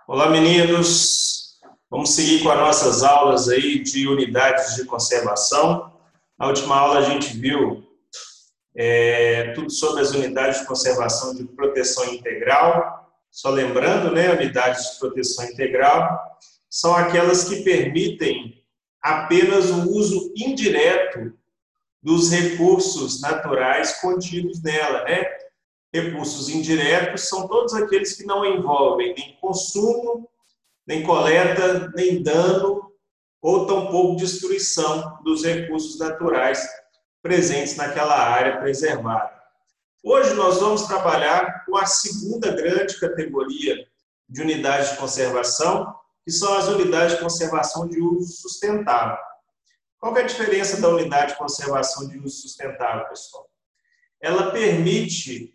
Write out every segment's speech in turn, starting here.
Olá, meninos. Vamos seguir com as nossas aulas aí de unidades de conservação. Na última aula a gente viu tudo sobre as unidades de conservação de proteção integral. Só lembrando, né, unidades de proteção integral são aquelas que permitem apenas o uso indireto dos recursos naturais contidos nela, né? Recursos indiretos são todos aqueles que não envolvem nem consumo, nem coleta, nem dano ou tampouco destruição dos recursos naturais presentes naquela área preservada. Hoje nós vamos trabalhar com a segunda grande categoria de unidades de conservação, que são as unidades de conservação de uso sustentável. Qual é a diferença da unidade de conservação de uso sustentável, pessoal? Ela permite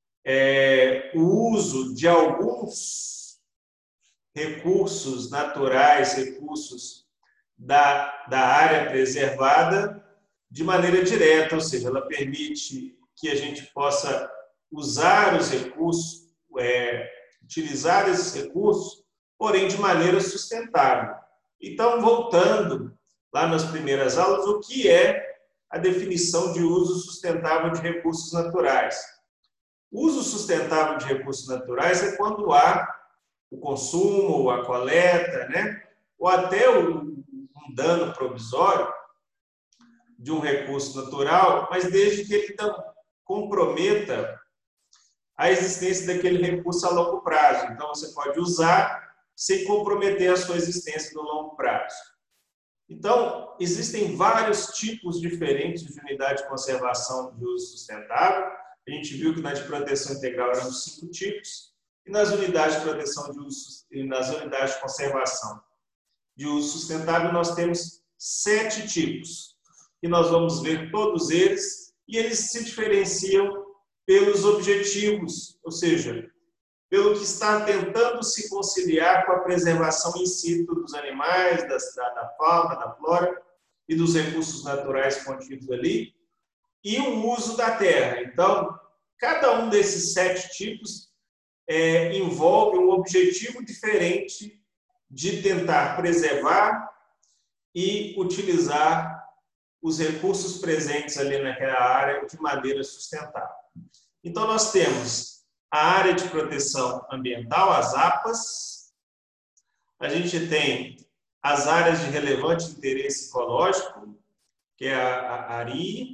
o uso de alguns recursos naturais, recursos da área preservada de maneira direta, ou seja, ela permite que a gente possa usar os recursos, utilizar esses recursos, porém de maneira sustentável. Então, voltando lá nas primeiras aulas, o que é a definição de uso sustentável de recursos naturais? O uso sustentável de recursos naturais é quando há o consumo, a coleta, né? Ou até um dano provisório de um recurso natural, mas desde que ele não comprometa a existência daquele recurso a longo prazo. Então, você pode usar sem comprometer a sua existência no longo prazo. Então, existem vários tipos diferentes de unidade de conservação de uso sustentável. A gente viu que na de proteção integral eram 5 tipos, e nas unidades de proteção de uso, e nas unidades de conservação de uso sustentável, nós temos 7 tipos, e nós vamos ver todos eles, e eles se diferenciam pelos objetivos, ou seja, pelo que está tentando se conciliar com a preservação in situ dos animais, da fauna, da flora e dos recursos naturais contidos ali, e o uso da terra. Então, cada um desses 7 tipos envolve um objetivo diferente de tentar preservar e utilizar os recursos presentes ali naquela área de maneira sustentável. Então, nós temos a área de proteção ambiental, as APAs, a gente tem as áreas de relevante interesse ecológico, que é a ARI,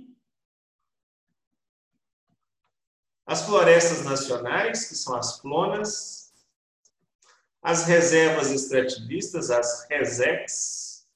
as florestas nacionais, que são as FLONAS, as reservas extrativistas, as RESEX,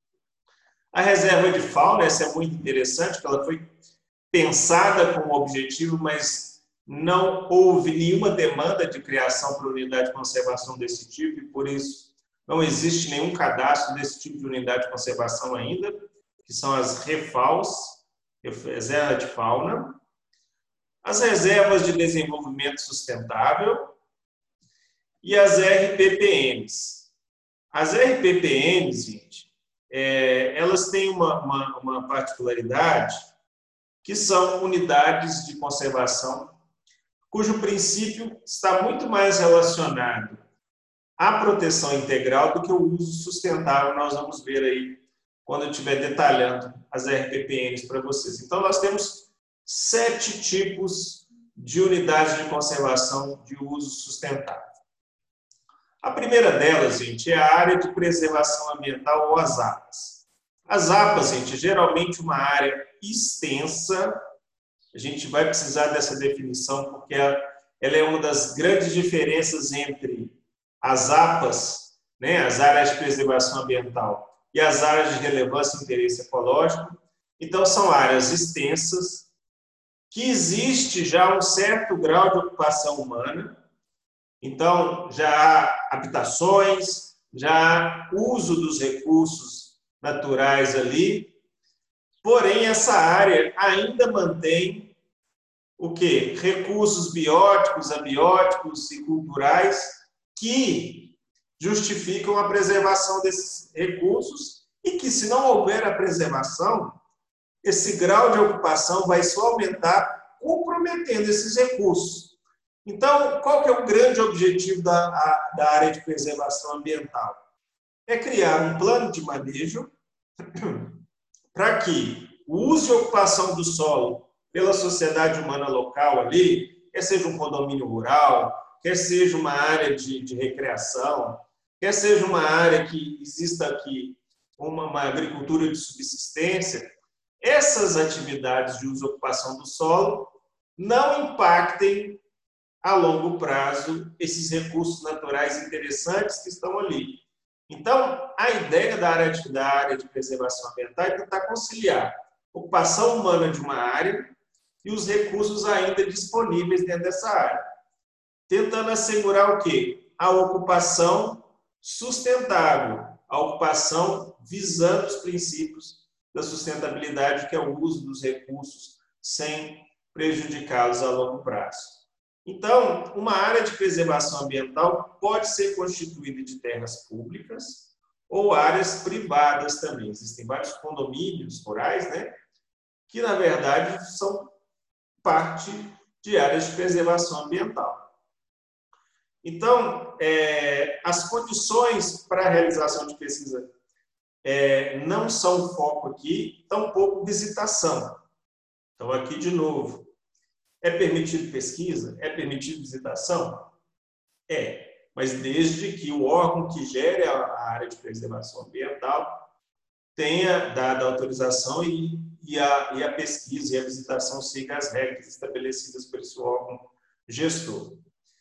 a reserva de fauna, essa é muito interessante, porque ela foi pensada com o objetivo, mas não houve nenhuma demanda de criação para unidade de conservação desse tipo, e por isso não existe nenhum cadastro desse tipo de unidade de conservação ainda, que são as REFAUs, reserva de fauna, as reservas de desenvolvimento sustentável e as RPPNs. As RPPNs, gente, elas têm uma particularidade, que são unidades de conservação cujo princípio está muito mais relacionado à proteção integral do que o uso sustentável. Nós vamos ver aí quando eu estiver detalhando as RPPNs para vocês. Então, nós temos 7 tipos de unidades de conservação de uso sustentável. A primeira delas, gente, é a área de preservação ambiental, ou as APAs. As APAs, gente, geralmente uma área extensa. A gente vai precisar dessa definição porque ela é uma das grandes diferenças entre as APAs, né, as áreas de preservação ambiental, e as áreas de relevância e interesse ecológico. Então, são áreas extensas, que existe já um certo grau de ocupação humana. Então, já há habitações, já há uso dos recursos naturais ali, porém, essa área ainda mantém o quê? Recursos bióticos, abióticos e culturais que justificam a preservação desses recursos e que, se não houver a preservação, esse grau de ocupação vai só aumentar, comprometendo esses recursos. Então, qual que é o grande objetivo da área de preservação ambiental? É criar um plano de manejo para que o uso e ocupação do solo pela sociedade humana local ali, quer seja um condomínio rural, quer seja uma área de recreação, quer seja uma área que exista aqui uma agricultura de subsistência, essas atividades de uso e ocupação do solo não impactem a longo prazo esses recursos naturais interessantes que estão ali. Então, a ideia da área de preservação ambiental é tentar conciliar a ocupação humana de uma área e os recursos ainda disponíveis dentro dessa área, tentando assegurar o quê? A ocupação sustentável, a ocupação visando os princípios da sustentabilidade, que é o uso dos recursos sem prejudicá-los a longo prazo. Então, uma área de preservação ambiental pode ser constituída de terras públicas ou áreas privadas também. Existem vários condomínios rurais, né, que, na verdade, são parte de áreas de preservação ambiental. Então, as condições para a realização de pesquisa não são foco aqui, tampouco visitação. Então, aqui de novo, é permitido pesquisa? É permitido visitação? Mas desde que o órgão que gere a área de preservação ambiental tenha dado a autorização e a pesquisa e a visitação siga as regras estabelecidas por esse órgão gestor.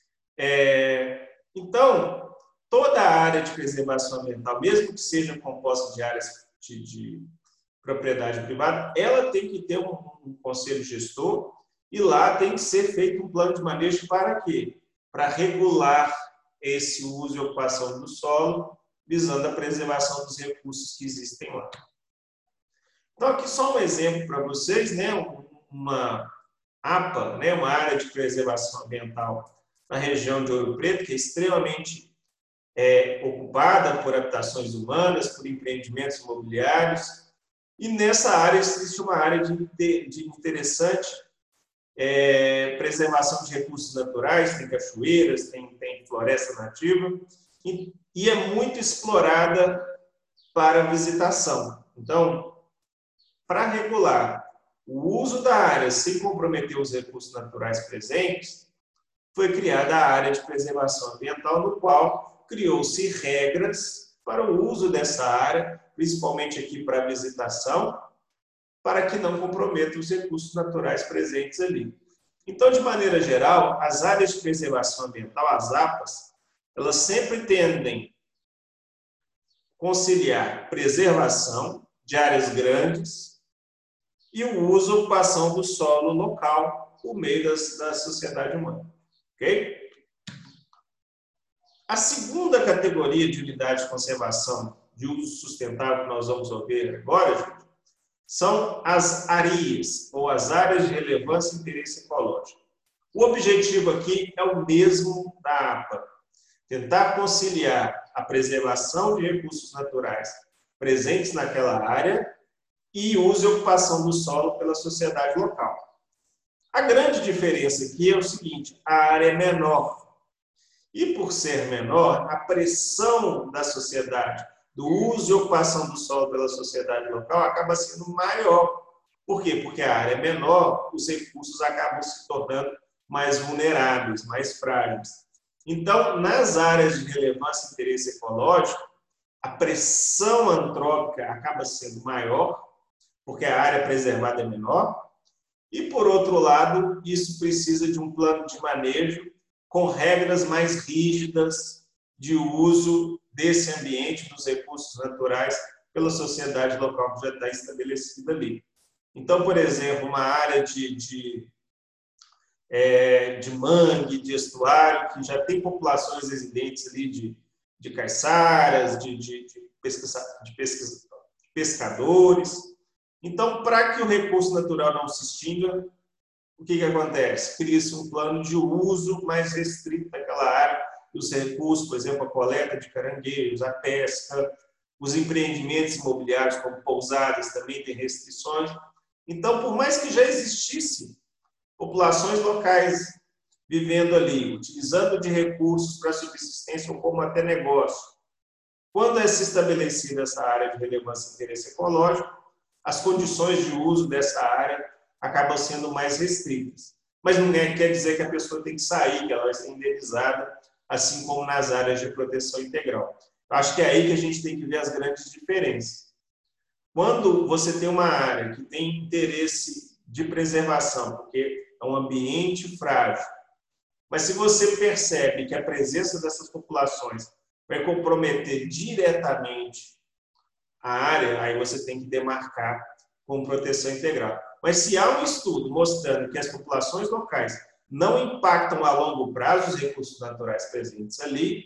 Então, toda a área de preservação ambiental, mesmo que seja composta de áreas de propriedade privada, ela tem que ter um conselho gestor e lá tem que ser feito um plano de manejo para quê? Para regular esse uso e ocupação do solo, visando a preservação dos recursos que existem lá. Então, aqui só um exemplo para vocês, né? Uma APA, né? Uma área de preservação ambiental na região de Ouro Preto, que é extremamente ocupada por habitações humanas, por empreendimentos imobiliários, e nessa área existe uma área de interessante preservação de recursos naturais, tem cachoeiras, tem floresta nativa, e é muito explorada para visitação. Então, para regular o uso da área sem comprometer os recursos naturais presentes, foi criada a área de preservação ambiental, no qual criou-se regras para o uso dessa área, principalmente aqui para a visitação, para que não comprometa os recursos naturais presentes ali. Então, de maneira geral, as áreas de preservação ambiental, as APAs, elas sempre tendem a conciliar preservação de áreas grandes e o uso e ocupação do solo local por meio da sociedade humana. Ok? A segunda categoria de unidade de conservação de uso sustentável que nós vamos ver agora, gente, são as ARIAs, ou as áreas de relevância e interesse ecológico. O objetivo aqui é o mesmo da APA, tentar conciliar a preservação de recursos naturais presentes naquela área e uso e ocupação do solo pela sociedade local. A grande diferença aqui é o seguinte: a área é menor. E por ser menor, a pressão da sociedade, do uso e ocupação do solo pela sociedade local, acaba sendo maior. Por quê? Porque a área é menor, os recursos acabam se tornando mais vulneráveis, mais frágeis. Então, nas áreas de relevância e interesse ecológico, a pressão antrópica acaba sendo maior, porque a área preservada é menor, e, por outro lado, isso precisa de um plano de manejo com regras mais rígidas de uso desse ambiente, dos recursos naturais, pela sociedade local que já está estabelecida ali. Então, por exemplo, uma área de mangue, de estuário, que já tem populações residentes ali de caiçaras, de pescadores. Então, para que o recurso natural não se extinga, o que acontece? Cria-se um plano de uso mais restrito daquela área, dos recursos, por exemplo, a coleta de caranguejos, a pesca, os empreendimentos imobiliários, como pousadas, também têm restrições. Então, por mais que já existisse populações locais vivendo ali, utilizando de recursos para subsistência ou como até negócio. Quando é se estabelecida essa área de relevância e interesse ecológico, as condições de uso dessa área acabam sendo mais restritas. Mas não quer dizer que a pessoa tem que sair, que ela vai ser indenizada, assim como nas áreas de proteção integral. Acho que é aí que a gente tem que ver as grandes diferenças. Quando você tem uma área que tem interesse de preservação, porque é um ambiente frágil, mas se você percebe que a presença dessas populações vai comprometer diretamente a área, aí você tem que demarcar com proteção integral. Mas se há um estudo mostrando que as populações locais não impactam a longo prazo os recursos naturais presentes ali,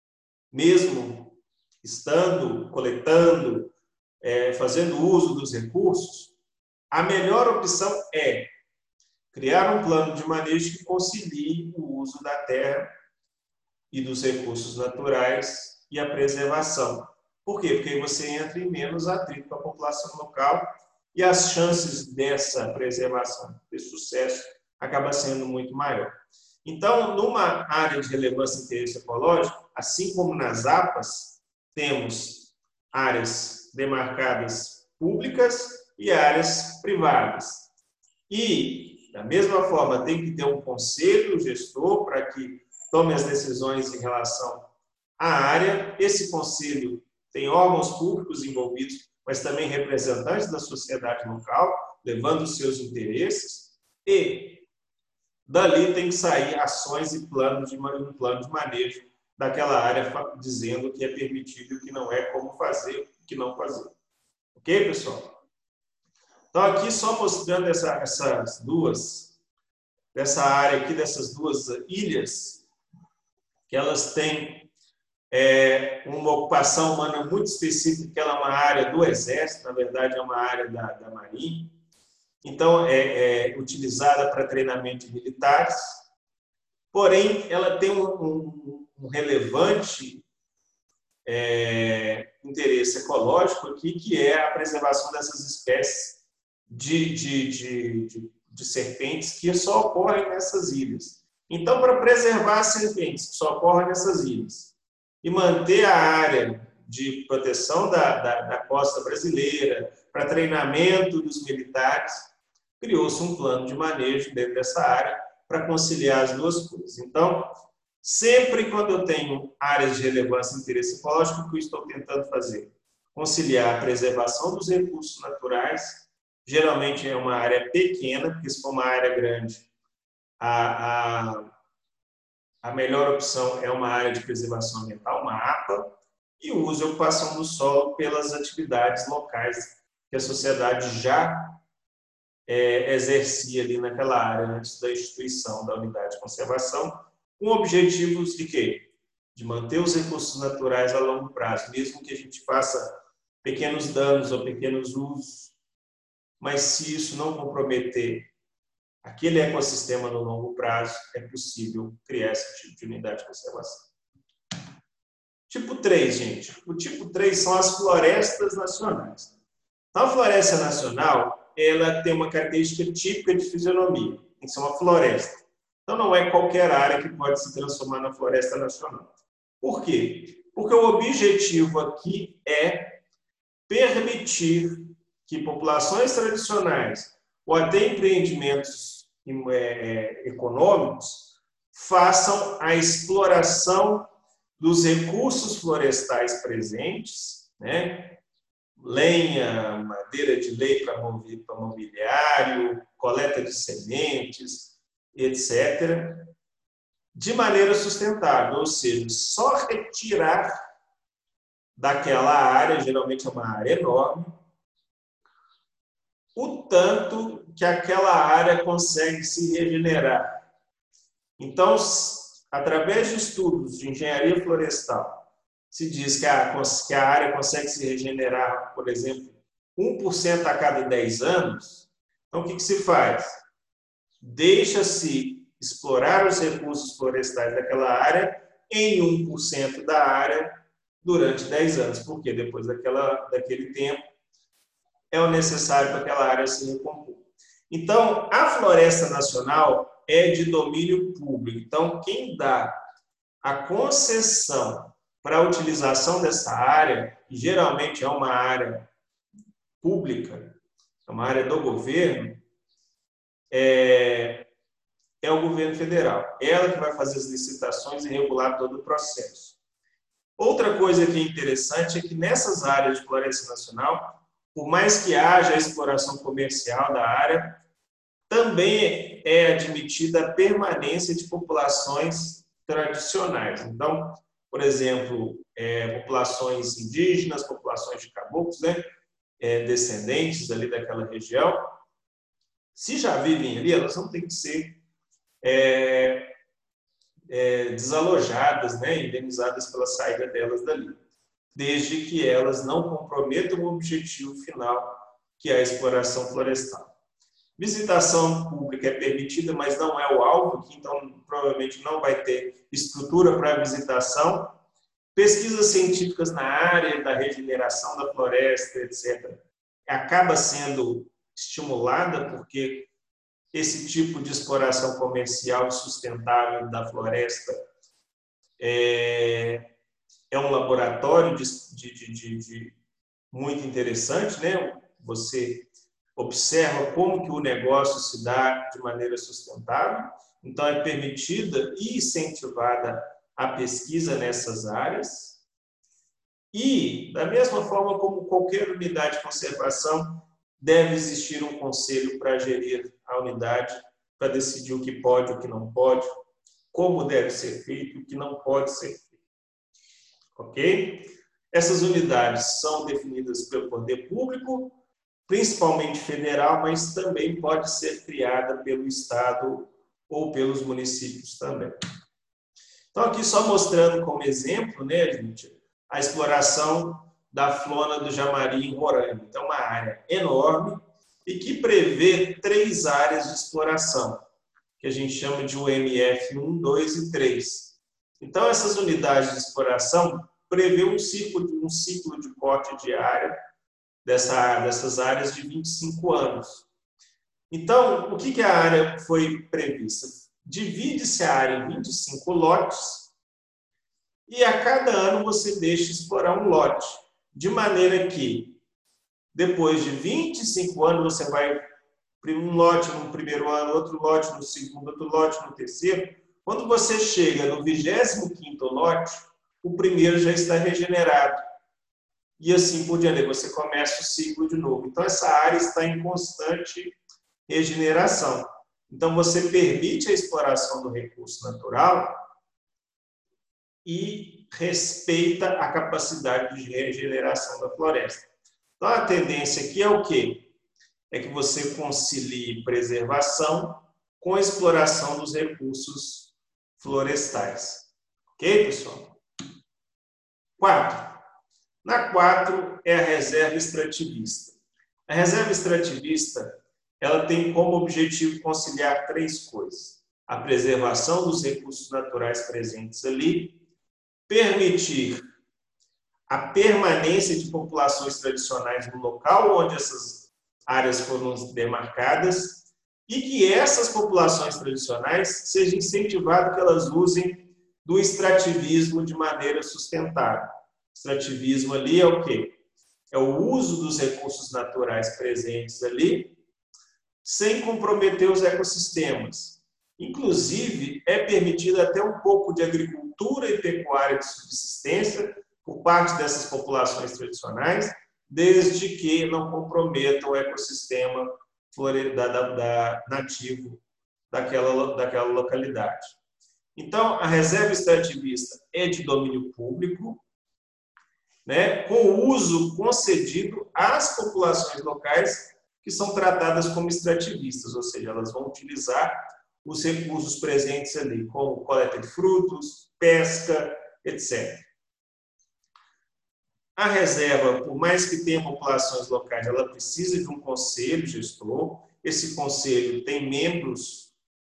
mesmo estando, coletando, fazendo uso dos recursos, a melhor opção é criar um plano de manejo que concilie o uso da terra e dos recursos naturais e a preservação. Por quê? Porque aí você entra em menos atrito com a população local e as chances dessa preservação ter sucesso acaba sendo muito maior. Então, numa área de relevância e interesse ecológico, assim como nas APAs, temos áreas demarcadas públicas e áreas privadas. E, da mesma forma, tem que ter um conselho gestor para que tome as decisões em relação à área. Esse conselho tem órgãos públicos envolvidos, mas também representantes da sociedade local, levando os seus interesses, e dali tem que sair ações e um plano de manejo daquela área, dizendo o que é permitido e o que não é, como fazer, o que não fazer. Ok, pessoal? Então, aqui só mostrando essas duas, dessa área aqui, dessas duas ilhas, que elas têm uma ocupação humana muito específica, que ela é uma área do Exército, na verdade é uma área da Marinha. Então, é utilizada para treinamento de militares, porém, ela tem um relevante interesse ecológico aqui, que é a preservação dessas espécies de serpentes que só ocorrem nessas ilhas. Então, para preservar as serpentes que só ocorrem nessas ilhas e manter a área de proteção da costa brasileira, para treinamento dos militares, criou-se um plano de manejo dentro dessa área para conciliar as duas coisas. Então, sempre quando eu tenho áreas de relevância e interesse ecológico, o que eu estou tentando fazer? Conciliar a preservação dos recursos naturais, geralmente é uma área pequena, porque se for uma área grande, a melhor opção é uma área de preservação ambiental, uma APA, e o uso e ocupação do solo pelas atividades locais que a sociedade já exercia ali naquela área antes da instituição da unidade de conservação, com objetivos de quê? De manter os recursos naturais a longo prazo, mesmo que a gente faça pequenos danos ou pequenos usos, mas se isso não comprometer aquele ecossistema no longo prazo, é possível criar esse tipo de unidade de conservação. Tipo 3, gente. O tipo 3 são as florestas nacionais. Então, a floresta nacional, ela tem uma característica típica de fisionomia, tem que ser uma floresta. Então, não é qualquer área que pode se transformar na floresta nacional. Por quê? Porque o objetivo aqui é permitir que populações tradicionais ou até empreendimentos econômicos façam a exploração dos recursos florestais presentes, né? Lenha, madeira de lei para mobiliário, coleta de sementes, etc., de maneira sustentável, ou seja, só retirar daquela área, geralmente é uma área enorme, o tanto que aquela área consegue se regenerar. Então, através de estudos de engenharia florestal, se diz que a área consegue se regenerar, por exemplo, 1% a cada 10 anos. Então, o que se faz? Deixa-se explorar os recursos florestais daquela área em 1% da área durante 10 anos, porque depois daquele tempo é o necessário para aquela área se recompor. Então, a Floresta Nacional é de domínio público. Então, quem dá a concessão para a utilização dessa área, que geralmente é uma área pública, é uma área do governo, é o governo federal. Ela que vai fazer as licitações e regular todo o processo. Outra coisa que é interessante é que nessas áreas de floresta nacional, por mais que haja a exploração comercial da área, também é admitida a permanência de populações tradicionais. Então, por exemplo, populações indígenas, populações de caboclos, né, descendentes ali daquela região, se já vivem ali, elas não têm que ser desalojadas, né, indenizadas pela saída delas dali, desde que elas não comprometam o objetivo final, que é a exploração florestal. Visitação pública é permitida, mas não é o alvo aqui, então provavelmente não vai ter estrutura para visitação. Pesquisas científicas na área da regeneração da floresta, etc., acaba sendo estimulada porque esse tipo de exploração comercial e sustentável da floresta é um laboratório de muito interessante, né? Você observa como que o negócio se dá de maneira sustentável, então é permitida e incentivada a pesquisa nessas áreas. E, da mesma forma como qualquer unidade de conservação, deve existir um conselho para gerir a unidade, para decidir o que pode, o que não pode, como deve ser feito, o que não pode ser feito. Ok? Essas unidades são definidas pelo poder público, principalmente federal, mas também pode ser criada pelo Estado ou pelos municípios também. Então, aqui só mostrando como exemplo, né, gente, a exploração da flora do Jamari em Roraima. Então, uma área enorme e que prevê 3 áreas de exploração, que a gente chama de UMF 1, 2 e 3. Então, essas unidades de exploração prevê um ciclo de corte de área dessas áreas de 25 anos. Então, o que a área foi prevista? Divide-se a área em 25 lotes e a cada ano você deixa explorar um lote, de maneira que depois de 25 anos você vai um lote no primeiro ano, outro lote no segundo, outro lote no terceiro. Quando você chega no 25º lote, o primeiro já está regenerado. E assim por diante, você começa o ciclo de novo. Então, essa área está em constante regeneração. Então, você permite a exploração do recurso natural e respeita a capacidade de regeneração da floresta. Então, a tendência aqui é o quê? É que você concilie preservação com a exploração dos recursos florestais. Ok, pessoal? 4. Na 4 é a reserva extrativista. A reserva extrativista, ela tem como objetivo conciliar 3 coisas: a preservação dos recursos naturais presentes ali, permitir a permanência de populações tradicionais no local onde essas áreas foram demarcadas e que essas populações tradicionais sejam incentivadas que elas usem do extrativismo de maneira sustentável. Extrativismo ali é o quê? É o uso dos recursos naturais presentes ali, sem comprometer os ecossistemas. Inclusive, é permitido até um pouco de agricultura e pecuária de subsistência por parte dessas populações tradicionais, desde que não comprometam o ecossistema nativo daquela localidade. Então, a reserva extrativista é de domínio público, né, com o uso concedido às populações locais que são tratadas como extrativistas, ou seja, elas vão utilizar os recursos presentes ali, como coleta de frutos, pesca, etc. A reserva, por mais que tenha populações locais, ela precisa de um conselho gestor. Esse conselho tem membros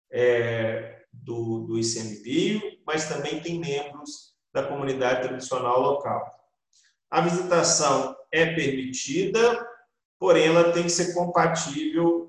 do ICMBio, mas também tem membros da comunidade tradicional local. A visitação é permitida, porém ela tem que ser compatível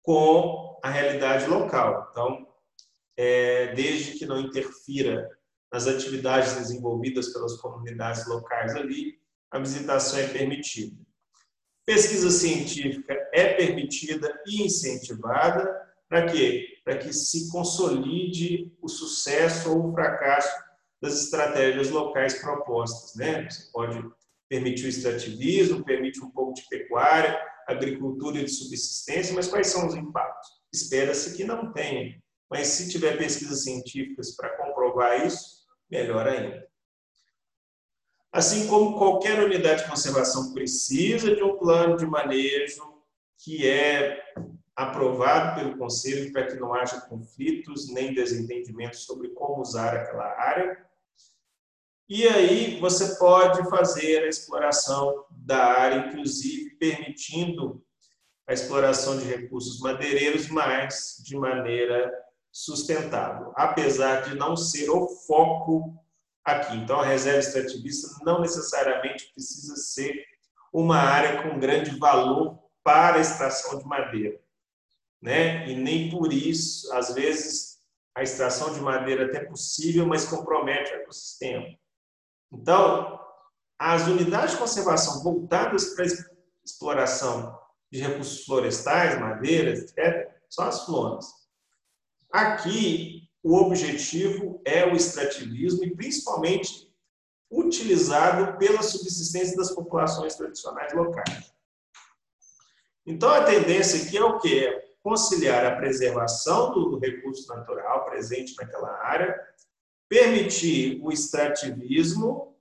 com a realidade local. Então, desde que não interfira nas atividades desenvolvidas pelas comunidades locais ali, a visitação é permitida. Pesquisa científica é permitida e incentivada. Para quê? Para que se consolide o sucesso ou o fracasso das estratégias locais propostas, né? Você pode permitir o extrativismo, permite um pouco de pecuária, agricultura de subsistência, mas quais são os impactos? Espera-se que não tenha, mas se tiver pesquisas científicas para comprovar isso, melhor ainda. Assim como qualquer unidade de conservação precisa de um plano de manejo que é aprovado pelo Conselho para que não haja conflitos nem desentendimentos sobre como usar aquela área. E aí você pode fazer a exploração da área, inclusive permitindo a exploração de recursos madeireiros, mas de maneira sustentável, apesar de não ser o foco aqui. Então, a reserva extrativista não necessariamente precisa ser uma área com grande valor para a extração de madeira, né? E nem por isso, às vezes, a extração de madeira até é possível, mas compromete o ecossistema. Então, as unidades de conservação voltadas para a exploração de recursos florestais, madeiras, etc., são as FLONAS. Aqui, o objetivo é o extrativismo e, principalmente, utilizado pela subsistência das populações tradicionais locais. Então, a tendência aqui é o quê? É conciliar a preservação do recurso natural presente naquela área, permitir o extrativismo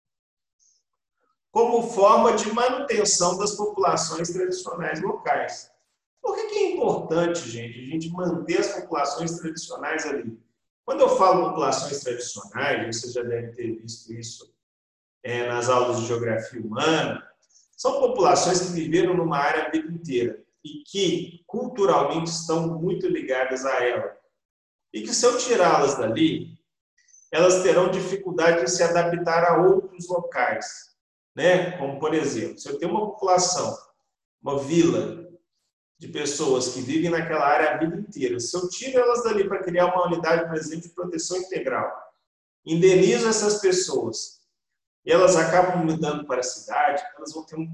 como forma de manutenção das populações tradicionais locais. Por que é importante, gente, a gente manter as populações tradicionais ali? Quando eu falo populações tradicionais, você já deve ter visto isso nas aulas de geografia humana, são populações que viveram numa área a vida inteira e que culturalmente estão muito ligadas a ela. E que se eu tirá-las dali, elas terão dificuldade de se adaptar a outros locais, né? Como, por exemplo, se eu tenho uma população, uma vila de pessoas que vivem naquela área a vida inteira, se eu tiro elas dali para criar uma unidade, por exemplo, de proteção integral, indenizo essas pessoas e elas acabam mudando para a cidade, elas vão ter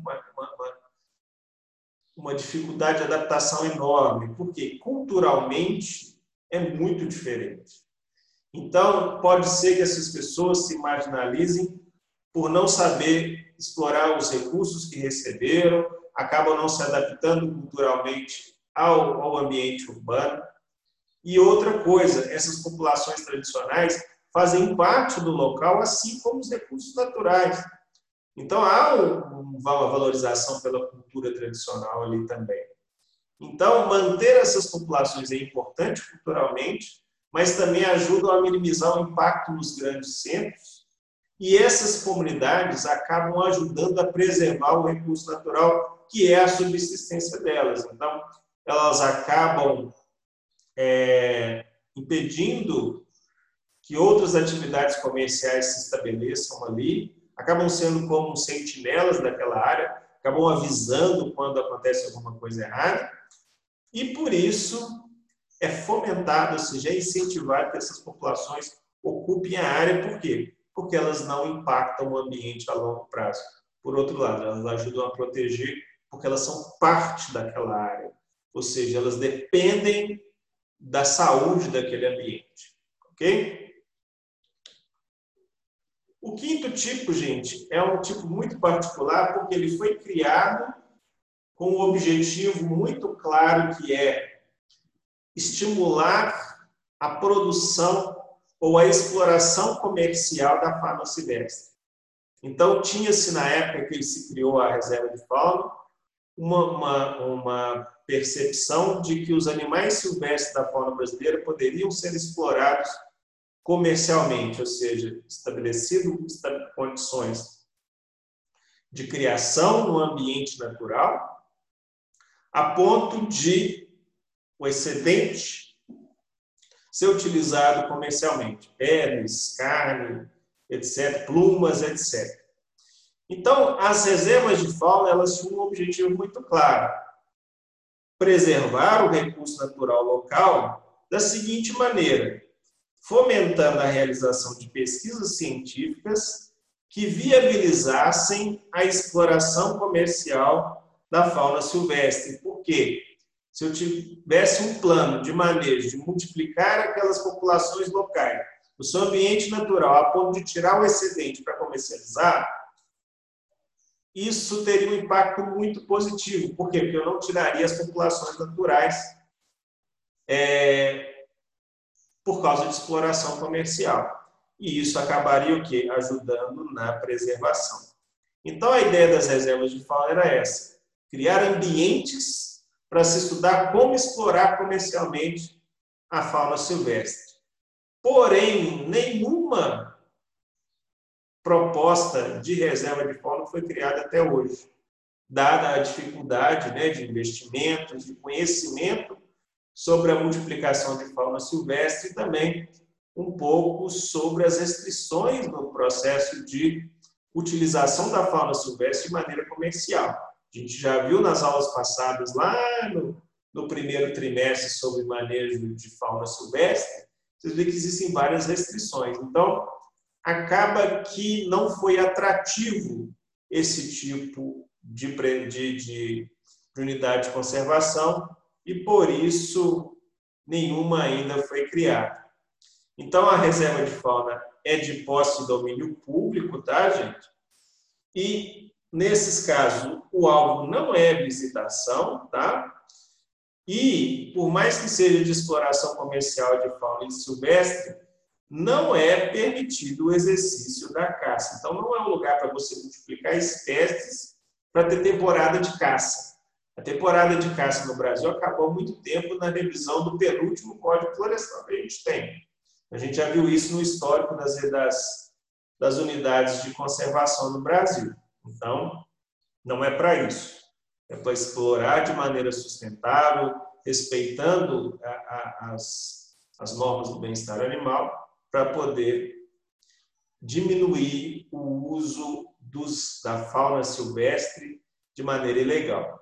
uma dificuldade de adaptação enorme, porque culturalmente é muito diferente. Então, pode ser que essas pessoas se marginalizem por não saber explorar os recursos que receberam, acabam não se adaptando culturalmente ao ambiente urbano. E outra coisa, essas populações tradicionais fazem parte do local, assim como os recursos naturais. Então, há uma valorização pela cultura tradicional ali também. Então, manter essas populações é importante culturalmente, mas também ajudam a minimizar o impacto nos grandes centros, e essas comunidades acabam ajudando a preservar o recurso natural, que é a subsistência delas. Então, elas acabam impedindo que outras atividades comerciais se estabeleçam ali, acabam sendo como sentinelas daquela área, acabam avisando quando acontece alguma coisa errada, e por isso é fomentado, ou seja, é incentivado que essas populações ocupem a área. Por quê? Porque elas não impactam o ambiente a longo prazo. Por outro lado, elas ajudam a proteger porque elas são parte daquela área. Ou seja, elas dependem da saúde daquele ambiente. Ok? O quinto tipo, gente, é um tipo muito particular porque ele foi criado com um objetivo muito claro, que é estimular a produção ou a exploração comercial da fauna silvestre. Então, tinha-se, na época que se criou a reserva de fauna, uma percepção de que os animais silvestres da fauna brasileira poderiam ser explorados comercialmente, ou seja, estabelecido condições de criação no ambiente natural, a ponto de o excedente ser utilizado comercialmente, peles, carne, etc., plumas, etc. Então, as reservas de fauna, elas tinham um objetivo muito claro: preservar o recurso natural local da seguinte maneira: fomentando a realização de pesquisas científicas que viabilizassem a exploração comercial da fauna silvestre. Por quê? Se eu tivesse um plano de manejo de multiplicar aquelas populações locais no seu ambiente natural, a ponto de tirar o excedente para comercializar, isso teria um impacto muito positivo. Por quê? Porque eu não tiraria as populações naturais por causa de exploração comercial. E isso acabaria o quê? Ajudando na preservação. Então, a ideia das reservas de fauna era essa: criar ambientes para se estudar como explorar comercialmente a fauna silvestre. Porém, nenhuma proposta de reserva de fauna foi criada até hoje, dada a dificuldade, né, de investimentos, de conhecimento sobre a multiplicação de fauna silvestre e também um pouco sobre as restrições no processo de utilização da fauna silvestre de maneira comercial. A gente já viu nas aulas passadas, lá no primeiro trimestre, sobre manejo de fauna silvestre, vocês veem que existem várias restrições. Então, acaba que não foi atrativo esse tipo de unidade de conservação e, por isso, nenhuma ainda foi criada. Então, a reserva de fauna é de posse e domínio público, tá, gente? E, nesses casos, o alvo não é visitação, tá? E, por mais que seja de exploração comercial de fauna silvestre, não é permitido o exercício da caça. Então, não é um lugar para você multiplicar espécies para ter temporada de caça. A temporada de caça no Brasil acabou há muito tempo na revisão do penúltimo Código Florestal que a gente tem. A gente já viu isso no histórico das unidades de conservação no Brasil. Então, não é para isso. É para explorar de maneira sustentável, respeitando as normas do bem-estar animal, para poder diminuir o uso da fauna silvestre de maneira ilegal.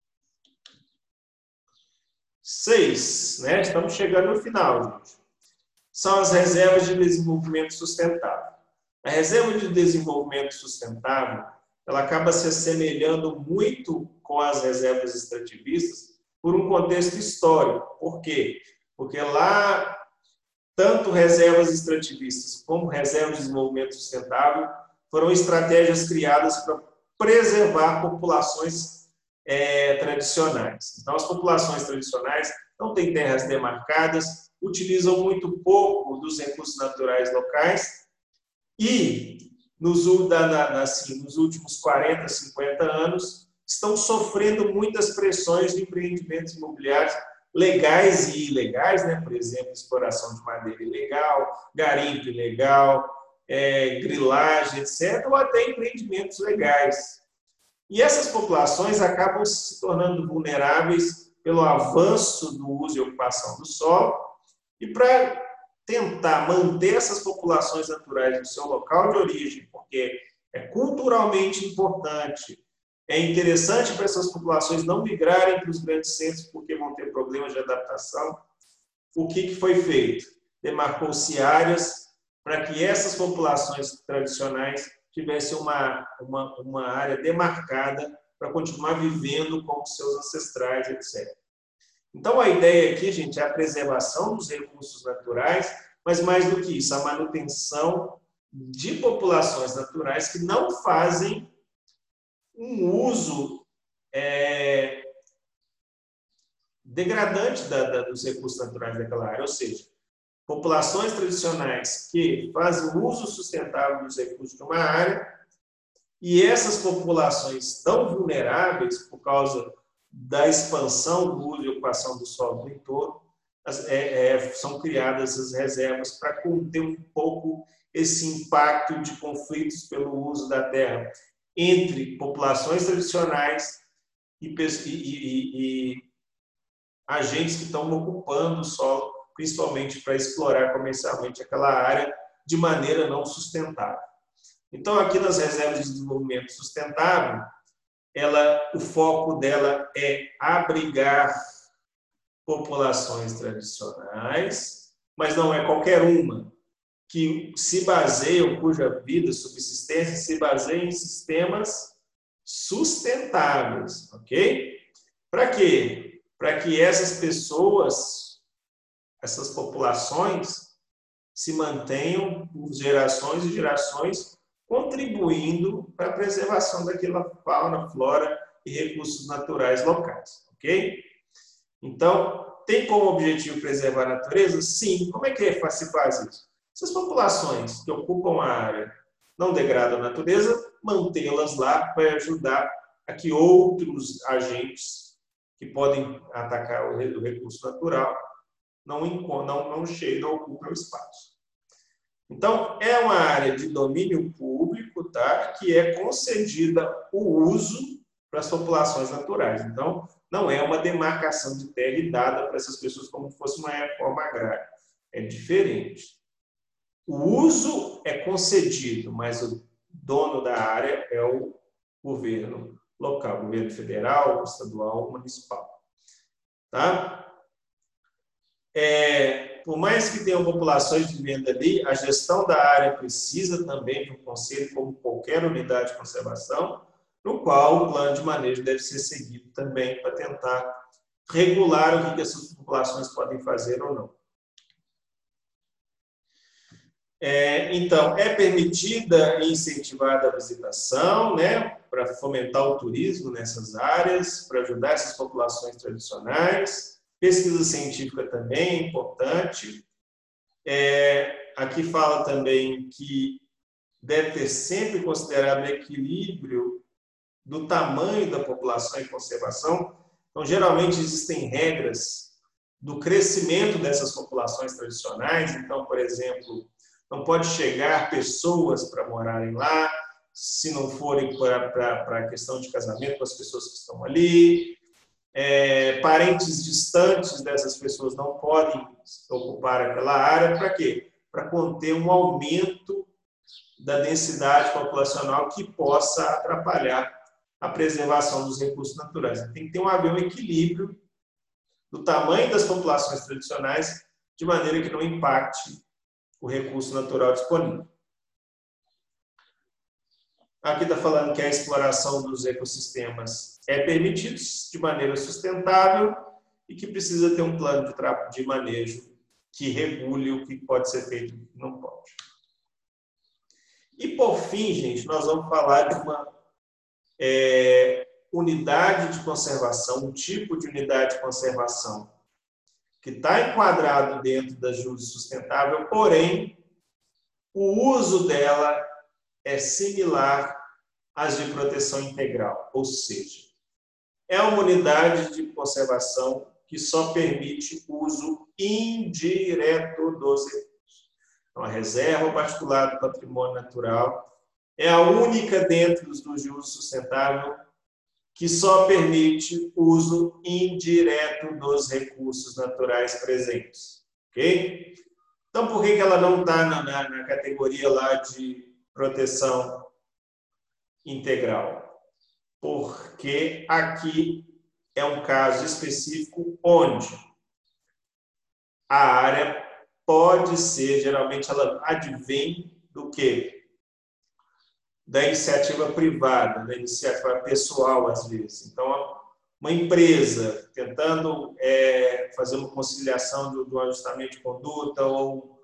6, né? Estamos chegando no final, gente. São as reservas de desenvolvimento sustentável. A reserva de desenvolvimento sustentável, ela acaba se assemelhando muito com as reservas extrativistas por um contexto histórico. Por quê? Porque lá, tanto reservas extrativistas como reservas de desenvolvimento sustentável foram estratégias criadas para preservar populações tradicionais. Então, as populações tradicionais não têm terras demarcadas, utilizam muito pouco dos recursos naturais locais e, nos últimos 40, 50 anos, estão sofrendo muitas pressões de empreendimentos imobiliários legais e ilegais, né? Por exemplo, exploração de madeira ilegal, garimpo ilegal, grilagem, etc., ou até empreendimentos legais. E essas populações acabam se tornando vulneráveis pelo avanço do uso e ocupação do solo, e para tentar manter essas populações naturais no seu local de origem, porque é culturalmente importante, é interessante para essas populações não migrarem para os grandes centros porque vão ter problemas de adaptação. O que foi feito? Demarcou-se áreas para que essas populações tradicionais tivessem uma área demarcada para continuar vivendo como seus ancestrais, etc. Então, a ideia aqui, gente, é a preservação dos recursos naturais, mas mais do que isso, a manutenção de populações naturais que não fazem um uso degradante dos recursos naturais daquela área, ou seja, populações tradicionais que fazem uso sustentável dos recursos de uma área, e essas populações tão vulneráveis por causa da expansão do uso e ocupação do solo no entorno, são criadas as reservas para conter um pouco esse impacto de conflitos pelo uso da terra entre populações tradicionais e agentes que estão ocupando o solo, principalmente para explorar comercialmente aquela área de maneira não sustentável. Então, aqui nas reservas de desenvolvimento sustentável, o foco dela é abrigar populações tradicionais, mas não é qualquer uma, que se baseiam, cuja vida, subsistência, se baseia em sistemas sustentáveis, ok? Para quê? Para que essas pessoas, essas populações, se mantenham por gerações e gerações, contribuindo para a preservação daquela fauna, flora e recursos naturais locais, ok? Então, tem como objetivo preservar a natureza? Sim. Como é que se faz isso? Essas populações que ocupam a área não degradam a natureza, mantê-las lá vai ajudar a que outros agentes que podem atacar o recurso natural não cheguem, não ocupem o espaço. Então, é uma área de domínio público, tá? Que é concedida o uso para as populações naturais. Então, não é uma demarcação de terra e dada para essas pessoas como se fosse uma reforma agrária. É diferente. O uso é concedido, mas o dono da área é o governo local, governo federal, estadual, municipal. Tá? Por mais que tenham populações vivendo ali, a gestão da área precisa também de um conselho, como qualquer unidade de conservação, no qual o plano de manejo deve ser seguido também para tentar regular o que essas populações podem fazer ou não. Então, é permitida e incentivada a visitação, né, para fomentar o turismo nessas áreas, para ajudar essas populações tradicionais. Pesquisa científica também é importante. Aqui fala também que deve ter sempre considerado o equilíbrio do tamanho da população em conservação. Então, geralmente, existem regras do crescimento dessas populações tradicionais. Então, por exemplo, não pode chegar pessoas para morarem lá, se não forem para a questão de casamento com as pessoas que estão ali. Parentes distantes dessas pessoas não podem ocupar aquela área. Para quê? Para conter um aumento da densidade populacional que possa atrapalhar a preservação dos recursos naturais. Tem que haver um equilíbrio do tamanho das populações tradicionais de maneira que não impacte o recurso natural disponível. Aqui está falando que a exploração dos ecossistemas é permitida de maneira sustentável e que precisa ter um plano de manejo que regule o que pode ser feito e o que não pode. E, por fim, gente, nós vamos falar de uma unidade de conservação, um tipo de unidade de conservação que está enquadrado dentro da JUSE sustentável, porém, o uso dela é similar às de proteção integral, ou seja, é uma unidade de conservação que só permite uso indireto dos recursos. Então, a reserva particular do patrimônio natural é a única dentro do de uso sustentável que só permite uso indireto dos recursos naturais presentes. Ok? Então, por que ela não está na categoria lá de proteção integral? Porque aqui é um caso específico onde a área pode ser, geralmente ela advém do quê? Da iniciativa privada, da iniciativa pessoal, às vezes. Então, uma empresa tentando fazer uma conciliação do ajustamento de conduta ou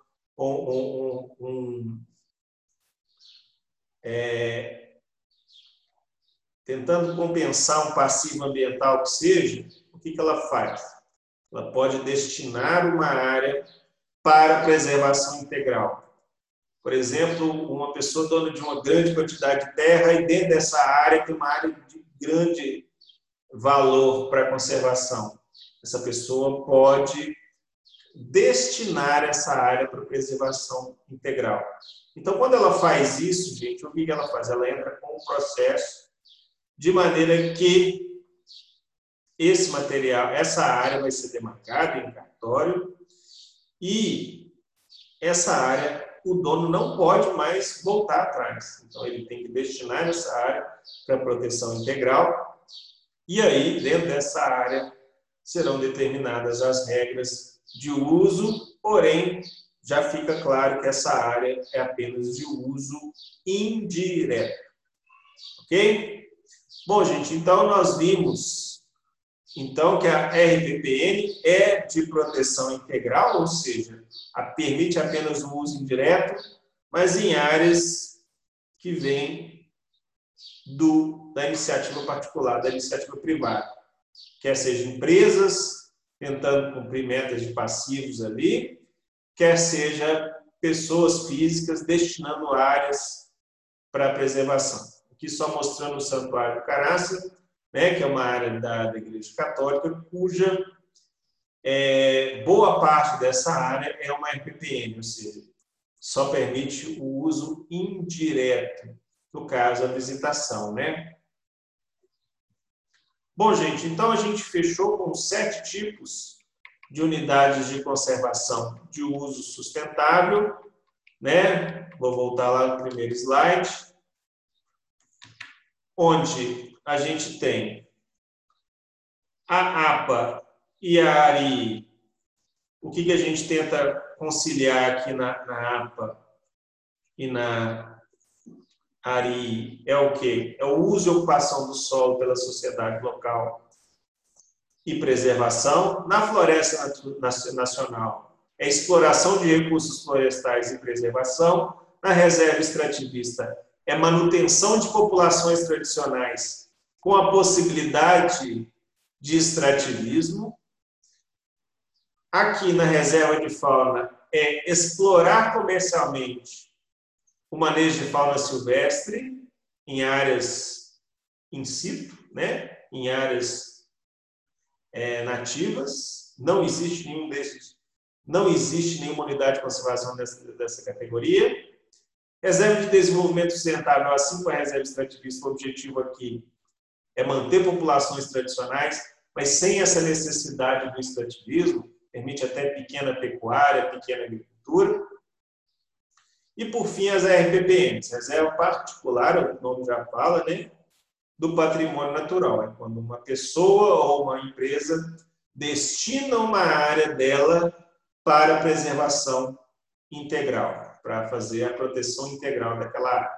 tentando compensar um passivo ambiental que seja, o que ela faz? Ela pode destinar uma área para preservação integral. Por exemplo, uma pessoa dona de uma grande quantidade de terra e dentro dessa área tem uma área de grande valor para conservação. Essa pessoa pode destinar essa área para preservação integral. Então, quando ela faz isso, gente, o que ela faz? Ela entra com um processo de maneira que esse material, essa área vai ser demarcada em cartório e essa área o dono não pode mais voltar atrás. Então, ele tem que destinar essa área para proteção integral. E aí, dentro dessa área, serão determinadas as regras de uso, porém, já fica claro que essa área é apenas de uso indireto. Ok? Bom, gente, então nós vimos então que a RPPN é de proteção integral, ou seja, permite apenas o uso indireto, mas em áreas que vêm da iniciativa particular, da iniciativa privada. Quer seja empresas tentando cumprir metas de passivos ali, quer seja pessoas físicas destinando áreas para preservação. Aqui só mostrando o Santuário do Caraça, né, que é uma área da Igreja Católica, cuja boa parte dessa área é uma RPPN, ou seja, só permite o uso indireto, no caso, a visitação, né? Bom, gente, então a gente fechou com 7 tipos de unidades de conservação de uso sustentável, né? Vou voltar lá no primeiro slide, onde a gente tem a APA e a ARI. O que a gente tenta conciliar aqui na APA e na ARI é o quê? É o uso e ocupação do solo pela sociedade local e preservação. Na floresta nacional, é exploração de recursos florestais e preservação. Na reserva extrativista, é manutenção de populações tradicionais com a possibilidade de extrativismo. Aqui na reserva de fauna, é explorar comercialmente o manejo de fauna silvestre em áreas in situ, né? Em áreas nativas. Não existe nenhum desses, não existe nenhuma unidade de conservação dessa categoria. Reserva de desenvolvimento sustentável, assim como a reserva extrativista, o objetivo aqui é manter populações tradicionais, mas sem essa necessidade do extrativismo, permite até pequena pecuária, pequena agricultura. E, por fim, as RPPNs, reserva particular, o nome já fala, né, do patrimônio natural. É quando uma pessoa ou uma empresa destina uma área dela para a preservação integral, para fazer a proteção integral daquela área.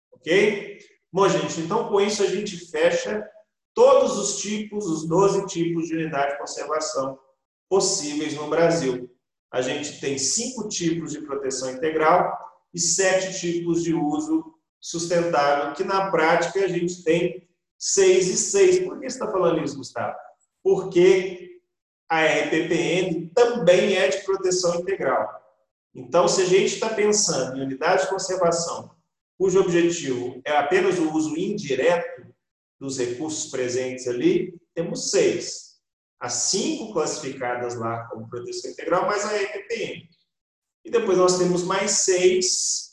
Ok? Bom, gente, então com isso a gente fecha todos os tipos, os 12 tipos de unidade de conservação possíveis no Brasil. A gente tem 5 tipos de proteção integral e 7 tipos de uso sustentável, que na prática a gente tem 6 e 6. Por que você está falando isso, Gustavo? Porque a RPPN também é de proteção integral. Então, se a gente está pensando em unidade de conservação, cujo objetivo é apenas o uso indireto dos recursos presentes ali, temos 6. As 5 classificadas lá como proteção integral, mais a RPPN. E depois nós temos mais 6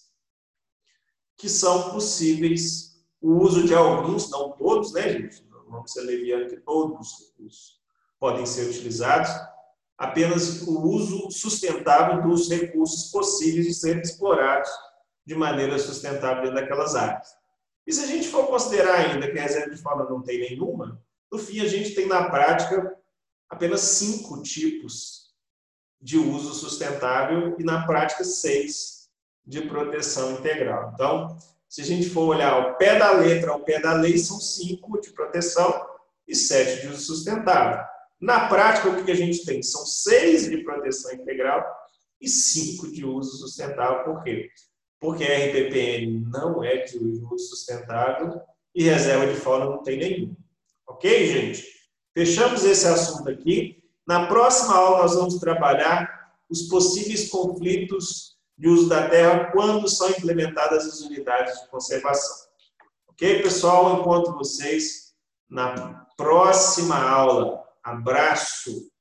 que são possíveis o uso de alguns, não todos, né, gente? Não vamos ser leviano que todos os recursos podem ser utilizados, apenas o uso sustentável dos recursos possíveis de serem explorados de maneira sustentável dentro daquelas áreas. E se a gente for considerar ainda que a reserva de fauna não tem nenhuma, no fim a gente tem na prática apenas 5 tipos de uso sustentável e na prática 6 de proteção integral. Então, se a gente for olhar ao pé da letra, ao pé da lei, são 5 de proteção e 7 de uso sustentável. Na prática, o que a gente tem? São 6 de proteção integral e 5 de uso sustentável. Por quê? Porque a RPPN não é de uso sustentável e reserva de fauna não tem nenhum. Ok, gente? Fechamos esse assunto aqui. Na próxima aula, nós vamos trabalhar os possíveis conflitos de uso da terra quando são implementadas as unidades de conservação. Ok, pessoal? Eu encontro vocês na próxima aula. Abraço!